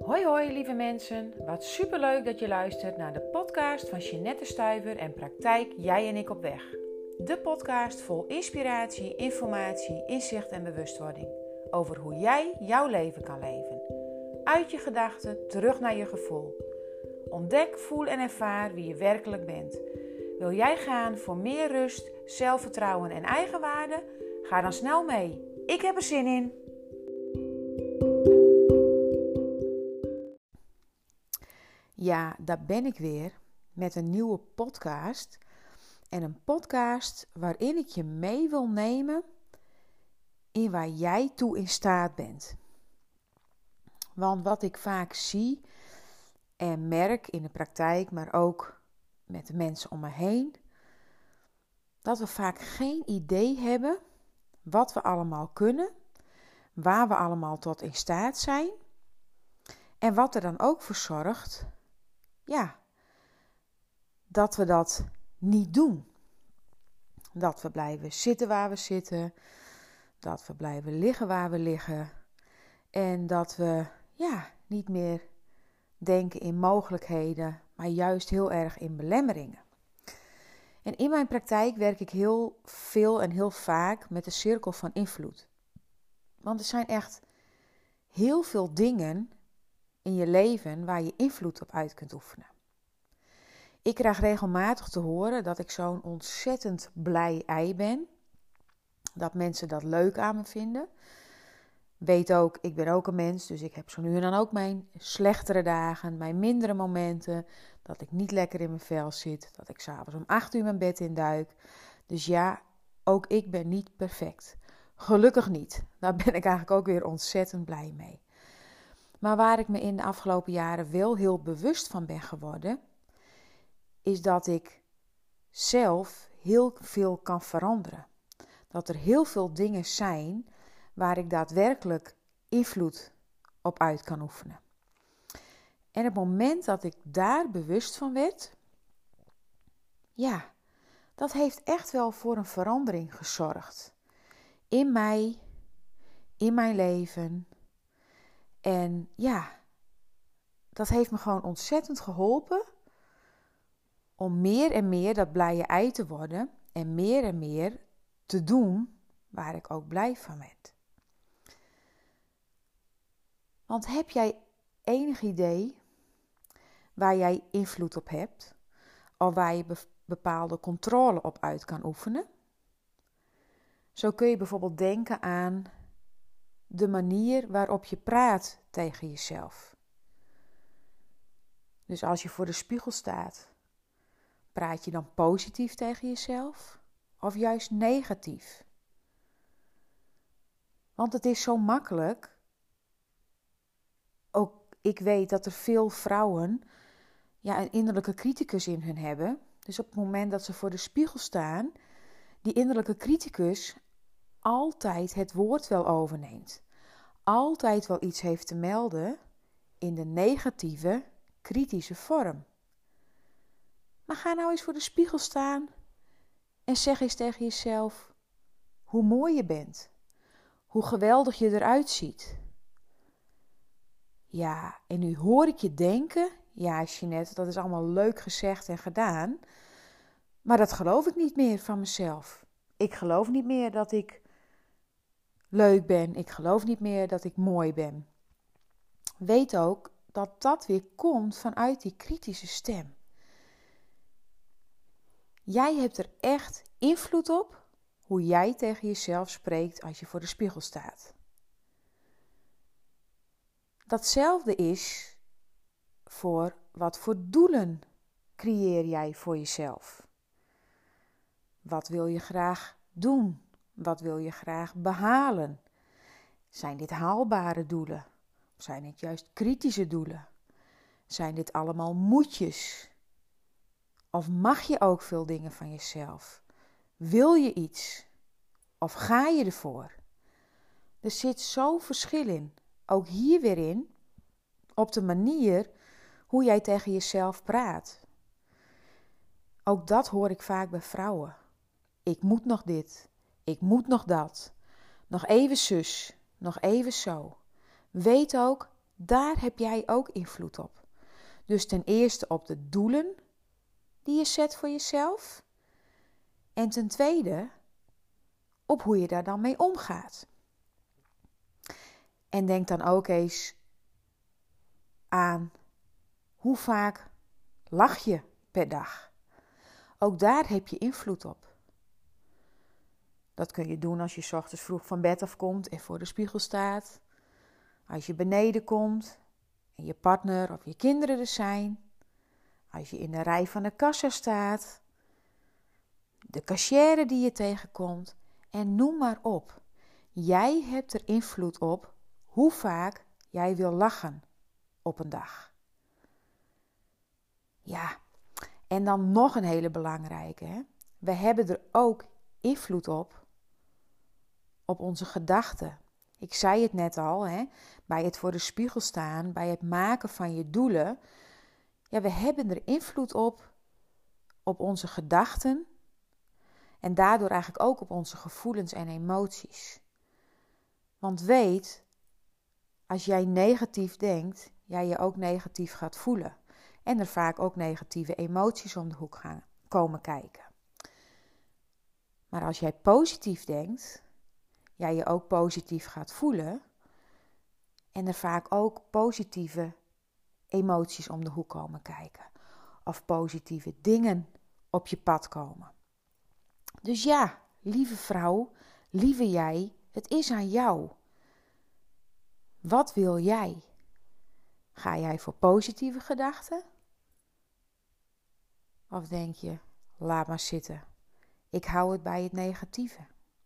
Hoi hoi lieve mensen, wat superleuk dat je luistert naar de podcast van Jeanette Stuyver en Praktijk Jij en ik op weg. De podcast vol inspiratie, informatie, inzicht en bewustwording over hoe jij jouw leven kan leven. Uit je gedachten, terug naar je gevoel. Ontdek, voel en ervaar wie je werkelijk bent. Wil jij gaan voor meer rust, zelfvertrouwen en eigenwaarde? Ga dan snel mee. Ik heb er zin in. Ja, daar ben ik weer met een nieuwe podcast. En een podcast waarin ik je mee wil nemen in waar jij toe in staat bent. Want wat ik vaak zie en merk in de praktijk, maar ook met de mensen om me heen, dat we vaak geen idee hebben wat we allemaal kunnen, waar we allemaal tot in staat zijn en wat er dan ook voor zorgt, dat we dat niet doen. Dat we blijven zitten waar we zitten, dat we blijven liggen waar we liggen en dat we niet meer denken in mogelijkheden, maar juist heel erg in belemmeringen. En in mijn praktijk werk ik heel veel en heel vaak met de cirkel van invloed. Want er zijn echt heel veel dingen in je leven waar je invloed op uit kunt oefenen. Ik krijg regelmatig te horen dat ik zo'n ontzettend blij ei ben. Dat mensen dat leuk aan me vinden. Weet ook, ik ben ook een mens, dus ik heb zo nu en dan ook mijn slechtere dagen, mijn mindere momenten. Dat ik niet lekker in mijn vel zit, dat ik 's avonds om 8 uur mijn bed induik. Dus ja, ook ik ben niet perfect. Gelukkig niet. Daar ben ik eigenlijk ook weer ontzettend blij mee. Maar waar ik me in de afgelopen jaren wel heel bewust van ben geworden, is dat ik zelf heel veel kan veranderen. Dat er heel veel dingen zijn waar ik daadwerkelijk invloed op uit kan oefenen. En op het moment dat ik daar bewust van werd, dat heeft echt wel voor een verandering gezorgd. In mij, in mijn leven. En dat heeft me gewoon ontzettend geholpen om meer en meer dat blije ei te worden en meer te doen waar ik ook blij van werd. Want heb jij enig idee waar jij invloed op hebt of waar je bepaalde controle op uit kan oefenen? Zo kun je bijvoorbeeld denken aan de manier waarop je praat tegen jezelf. Dus als je voor de spiegel staat, praat je dan positief tegen jezelf of juist negatief? Want het is zo makkelijk. Ook ik weet dat er veel vrouwen een innerlijke criticus in hun hebben. Dus op het moment dat ze voor de spiegel staan, die innerlijke criticus altijd het woord wel overneemt. Altijd wel iets heeft te melden in de negatieve, kritische vorm. Maar ga nou eens voor de spiegel staan en zeg eens tegen jezelf hoe mooi je bent. Hoe geweldig je eruit ziet. Ja, en nu hoor ik je denken, ja Jeanette, dat is allemaal leuk gezegd en gedaan. Maar dat geloof ik niet meer van mezelf. Ik geloof niet meer dat ik leuk ben. Ik geloof niet meer dat ik mooi ben. Weet ook dat dat weer komt vanuit die kritische stem. Jij hebt er echt invloed op hoe jij tegen jezelf spreekt als je voor de spiegel staat. Datzelfde is voor wat voor doelen creëer jij voor jezelf. Wat wil je graag doen? Wat wil je graag behalen? Zijn dit haalbare doelen? Of zijn het juist kritische doelen? Zijn dit allemaal moetjes? Of mag je ook veel dingen van jezelf? Wil je iets? Of ga je ervoor? Er zit zo'n verschil in. Ook hier weer in, op de manier hoe jij tegen jezelf praat. Ook dat hoor ik vaak bij vrouwen. Ik moet nog dit, ik moet nog dat. Nog even zus, nog even zo. Weet ook, daar heb jij ook invloed op. Dus ten eerste op de doelen die je zet voor jezelf. En ten tweede op hoe je daar dan mee omgaat. En denk dan ook eens aan hoe vaak lach je per dag. Ook daar heb je invloed op. Dat kun je doen als je 's ochtends vroeg van bed afkomt en voor de spiegel staat. Als je beneden komt en je partner of je kinderen er zijn. Als je in de rij van de kassa staat. De cashier die je tegenkomt. En noem maar op. Jij hebt er invloed op hoe vaak jij wil lachen op een dag. Ja, en dan nog een hele belangrijke. Hè? We hebben er ook invloed op onze gedachten. Ik zei het net al, hè? Bij het voor de spiegel staan, bij het maken van je doelen. Ja, we hebben er invloed op onze gedachten. En daardoor eigenlijk ook op onze gevoelens en emoties. Want weet, als jij negatief denkt, jij je ook negatief gaat voelen. En er vaak ook negatieve emoties om de hoek gaan komen kijken. Maar als jij positief denkt, jij je ook positief gaat voelen. En er vaak ook positieve emoties om de hoek komen kijken. Of positieve dingen op je pad komen. Dus ja, lieve vrouw, lieve jij, het is aan jou. Wat wil jij? Ga jij voor positieve gedachten? Of denk je, laat maar zitten. Ik hou het bij het negatieve.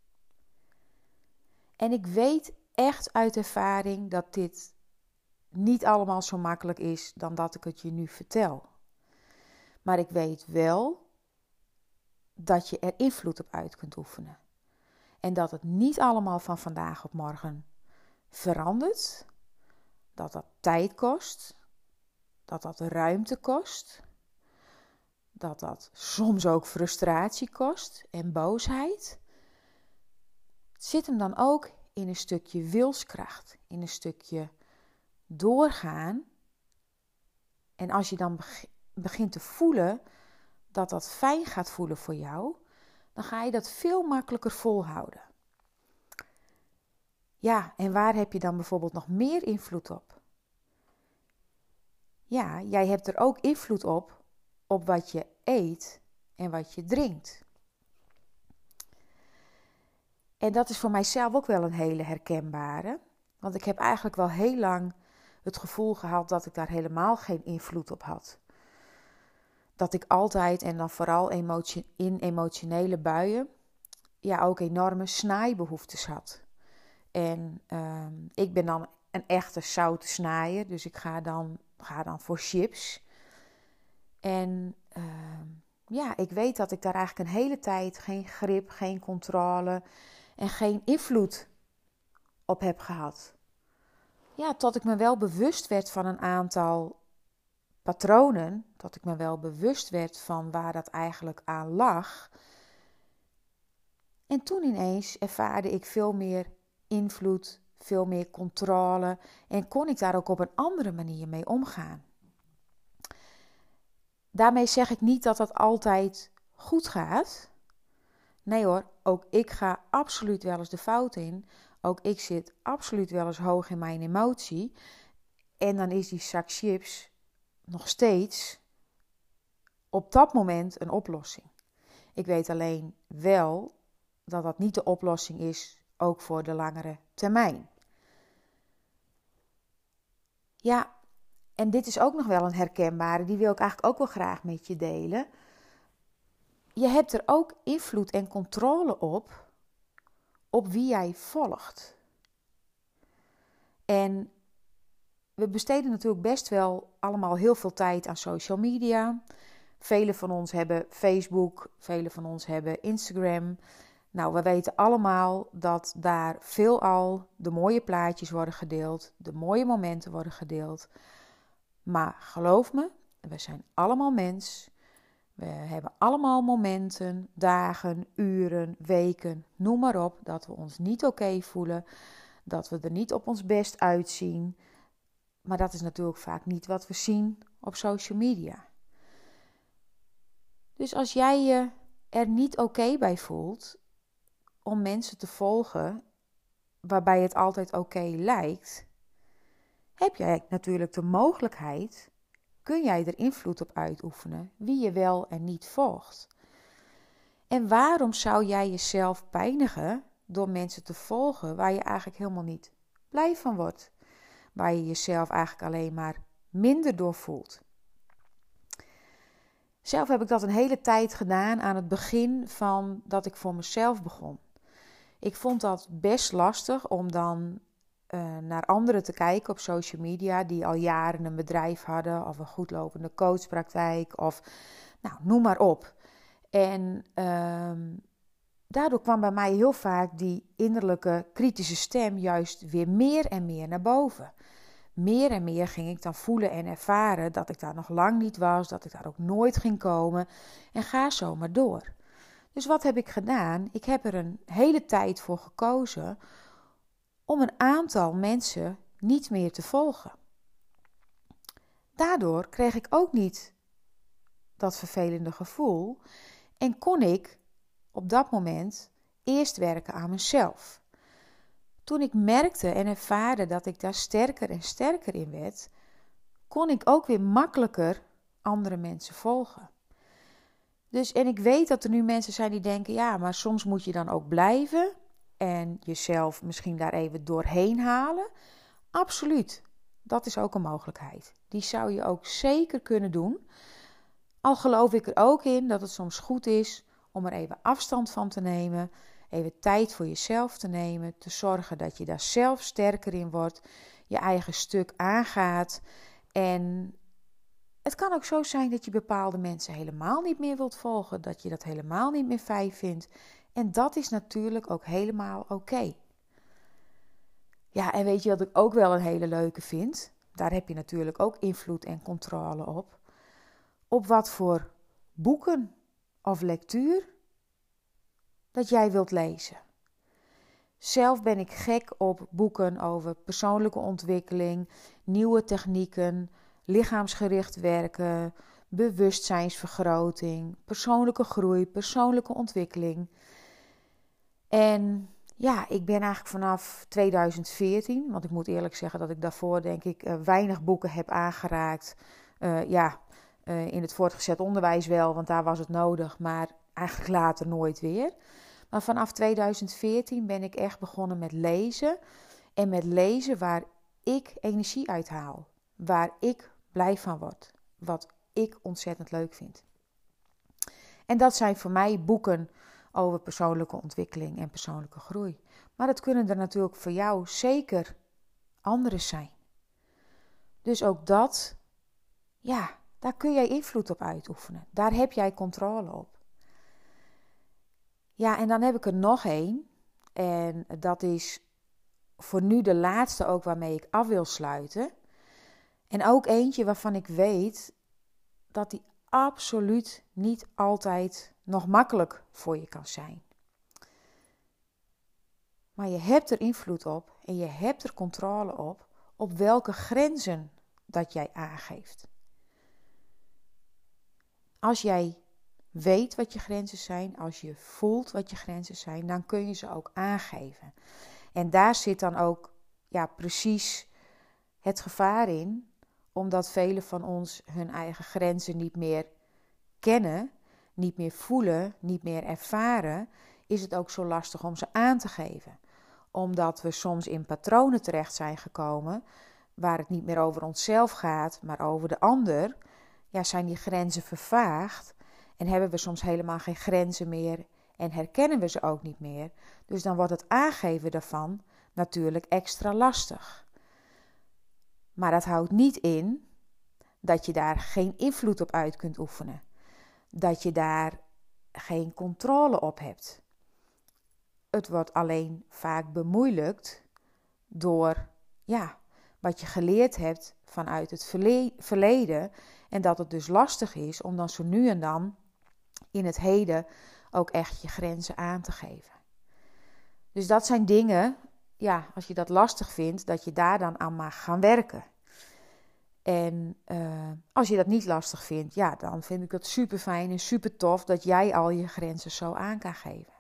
En ik weet echt uit ervaring dat dit niet allemaal zo makkelijk is dan dat ik het je nu vertel. Maar ik weet wel dat je er invloed op uit kunt oefenen. En dat het niet allemaal van vandaag op morgen verandert. Dat dat tijd kost. Dat dat ruimte kost. Dat dat soms ook frustratie kost en boosheid. Het zit hem dan ook in een stukje wilskracht. In een stukje doorgaan. En als je dan begint te voelen dat dat fijn gaat voelen voor jou, dan ga je dat veel makkelijker volhouden. Ja, en waar heb je dan bijvoorbeeld nog meer invloed op? Ja, jij hebt er ook invloed op wat je eet en wat je drinkt. En dat is voor mijzelf ook wel een hele herkenbare. Want ik heb eigenlijk wel heel lang het gevoel gehad dat ik daar helemaal geen invloed op had. Dat ik altijd, en dan vooral in emotionele buien, ja ook enorme snijbehoeftes had. En ik ben dan een echte zoute snaaier, dus ik ga dan voor chips. En ja, ik weet dat ik daar eigenlijk een hele tijd geen grip, geen controle en geen invloed op heb gehad. Ja, tot ik me wel bewust werd van een aantal patronen, dat ik me wel bewust werd van waar dat eigenlijk aan lag. En toen ineens ervaarde ik veel meer invloed, veel meer controle en kon ik daar ook op een andere manier mee omgaan. Daarmee zeg ik niet dat dat altijd goed gaat. Nee hoor, ook ik ga absoluut wel eens de fout in. Ook ik zit absoluut wel eens hoog in mijn emotie. En dan is die zak chips nog steeds op dat moment een oplossing. Ik weet alleen wel dat dat niet de oplossing is, ook voor de langere termijn. Ja, en dit is ook nog wel een herkenbare, die wil ik eigenlijk ook wel graag met je delen. Je hebt er ook invloed en controle op wie jij volgt. En we besteden natuurlijk best wel allemaal heel veel tijd aan social media. Velen van ons hebben Facebook, velen van ons hebben Instagram. Nou, we weten allemaal dat daar veelal de mooie plaatjes worden gedeeld, de mooie momenten worden gedeeld. Maar geloof me, we zijn allemaal mens. We hebben allemaal momenten, dagen, uren, weken, noem maar op, dat we ons niet oké voelen, dat we er niet op ons best uitzien. Maar dat is natuurlijk vaak niet wat we zien op social media. Dus als jij je er niet oké bij voelt om mensen te volgen waarbij het altijd oké lijkt, heb jij natuurlijk de mogelijkheid, kun jij er invloed op uitoefenen wie je wel en niet volgt. En waarom zou jij jezelf pijnigen door mensen te volgen waar je eigenlijk helemaal niet blij van wordt? Waar je jezelf eigenlijk alleen maar minder door voelt. Zelf heb ik dat een hele tijd gedaan aan het begin van dat ik voor mezelf begon. Ik vond dat best lastig om dan naar anderen te kijken op social media die al jaren een bedrijf hadden of een goedlopende coachpraktijk of noem maar op. En daardoor kwam bij mij heel vaak die innerlijke kritische stem juist weer meer en meer naar boven. Meer en meer ging ik dan voelen en ervaren dat ik daar nog lang niet was, dat ik daar ook nooit ging komen en ga zo maar door. Dus wat heb ik gedaan? Ik heb er een hele tijd voor gekozen om een aantal mensen niet meer te volgen. Daardoor kreeg ik ook niet dat vervelende gevoel en kon ik op dat moment eerst werken aan mezelf. Toen ik merkte en ervaarde dat ik daar sterker en sterker in werd, kon ik ook weer makkelijker andere mensen volgen. Dus, en ik weet dat er nu mensen zijn die denken, ja, maar soms moet je dan ook blijven en jezelf misschien daar even doorheen halen. Absoluut, dat is ook een mogelijkheid. Die zou je ook zeker kunnen doen. Al geloof ik er ook in dat het soms goed is om er even afstand van te nemen, even tijd voor jezelf te nemen, te zorgen dat je daar zelf sterker in wordt, je eigen stuk aangaat. En het kan ook zo zijn dat je bepaalde mensen helemaal niet meer wilt volgen, dat je dat helemaal niet meer fijn vindt. En dat is natuurlijk ook helemaal oké. Ja, en weet je wat ik ook wel een hele leuke vind? Daar heb je natuurlijk ook invloed en controle op. Op wat voor boeken of lectuur dat jij wilt lezen. Zelf ben ik gek op boeken over persoonlijke ontwikkeling, nieuwe technieken, lichaamsgericht werken, bewustzijnsvergroting, persoonlijke groei, persoonlijke ontwikkeling. En ja, ik ben eigenlijk vanaf 2014, want ik moet eerlijk zeggen dat ik daarvoor denk ik weinig boeken heb aangeraakt. In het voortgezet onderwijs wel, want daar was het nodig, maar eigenlijk later nooit weer. Maar vanaf 2014 ben ik echt begonnen met lezen. En met lezen waar ik energie uit haal. Waar ik blij van word. Wat ik ontzettend leuk vind. En dat zijn voor mij boeken over persoonlijke ontwikkeling en persoonlijke groei. Maar dat kunnen er natuurlijk voor jou zeker andere zijn. Dus ook dat, ja, daar kun jij invloed op uitoefenen. Daar heb jij controle op. Ja, en dan heb ik er nog één. En dat is voor nu de laatste ook waarmee ik af wil sluiten. En ook eentje waarvan ik weet dat die absoluut niet altijd nog makkelijk voor je kan zijn. Maar je hebt er invloed op en je hebt er controle op welke grenzen dat jij aangeeft. Als jij weet wat je grenzen zijn, als je voelt wat je grenzen zijn, dan kun je ze ook aangeven. En daar zit dan ook precies het gevaar in, omdat velen van ons hun eigen grenzen niet meer kennen, niet meer voelen, niet meer ervaren, is het ook zo lastig om ze aan te geven. Omdat we soms in patronen terecht zijn gekomen, waar het niet meer over onszelf gaat, maar over de ander, zijn die grenzen vervaagd. En hebben we soms helemaal geen grenzen meer en herkennen we ze ook niet meer. Dus dan wordt het aangeven daarvan natuurlijk extra lastig. Maar dat houdt niet in dat je daar geen invloed op uit kunt oefenen. Dat je daar geen controle op hebt. Het wordt alleen vaak bemoeilijkt door wat je geleerd hebt vanuit het verleden. En dat het dus lastig is om dan zo nu en dan in het heden ook echt je grenzen aan te geven. Dus dat zijn dingen, als je dat lastig vindt, dat je daar dan aan mag gaan werken. En als je dat niet lastig vindt, ja, dan vind ik het super fijn en super tof dat jij al je grenzen zo aan kan geven.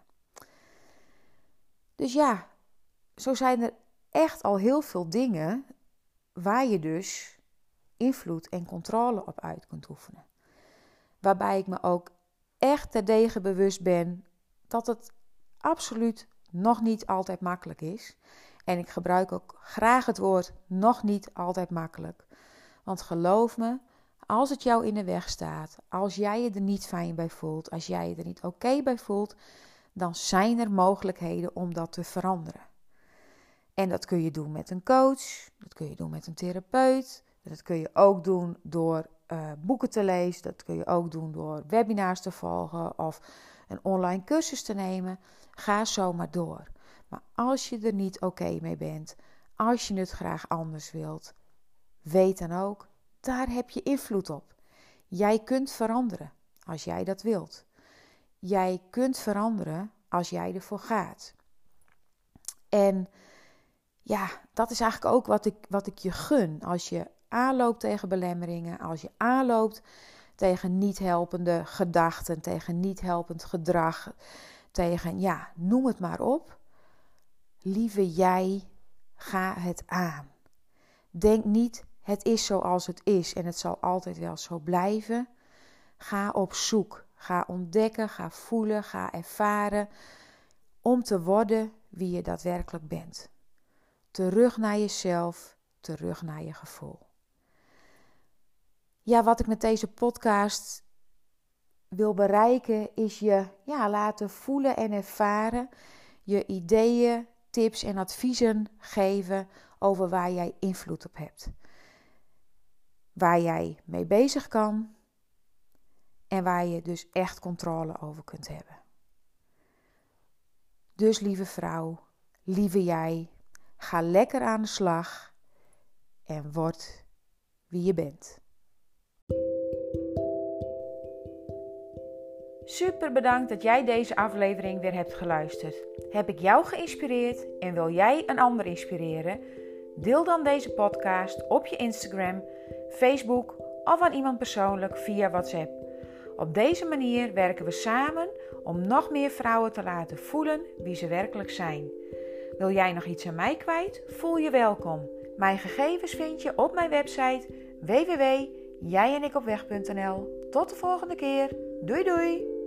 Dus ja, zo zijn er echt al heel veel dingen waar je dus invloed en controle op uit kunt oefenen. Waarbij ik me ook echt terdege bewust ben dat het absoluut nog niet altijd makkelijk is. En ik gebruik ook graag het woord nog niet altijd makkelijk. Want geloof me, als het jou in de weg staat, als jij je er niet fijn bij voelt, als jij je er niet oké bij voelt, dan zijn er mogelijkheden om dat te veranderen. En dat kun je doen met een coach, dat kun je doen met een therapeut, dat kun je ook doen door boeken te lezen, dat kun je ook doen door webinars te volgen of een online cursus te nemen. Ga zo maar door. Maar als je er niet oké mee bent, als je het graag anders wilt, weet dan ook, daar heb je invloed op. Jij kunt veranderen als jij dat wilt. Jij kunt veranderen als jij ervoor gaat. En ja, dat is eigenlijk ook wat ik je gun. Als je aanloopt tegen belemmeringen, als je aanloopt tegen niet helpende gedachten, tegen niet helpend gedrag, tegen, ja, noem het maar op. Lieve jij, ga het aan. Denk niet, het is zoals het is en het zal altijd wel zo blijven. Ga op zoek, ga ontdekken, ga voelen, ga ervaren om te worden wie je daadwerkelijk bent. Terug naar jezelf, terug naar je gevoel. Ja, wat ik met deze podcast wil bereiken is je laten voelen en ervaren. Je ideeën, tips en adviezen geven over waar jij invloed op hebt. Waar jij mee bezig kan en waar je dus echt controle over kunt hebben. Dus lieve vrouw, lieve jij, ga lekker aan de slag en word wie je bent. Super bedankt dat jij deze aflevering weer hebt geluisterd. Heb ik jou geïnspireerd en wil jij een ander inspireren? Deel dan deze podcast op je Instagram, Facebook of aan iemand persoonlijk via WhatsApp. Op deze manier werken we samen om nog meer vrouwen te laten voelen wie ze werkelijk zijn. Wil jij nog iets aan mij kwijt? Voel je welkom. Mijn gegevens vind je op mijn website www.jijenikopweg.nl. Tot de volgende keer. Doei doei!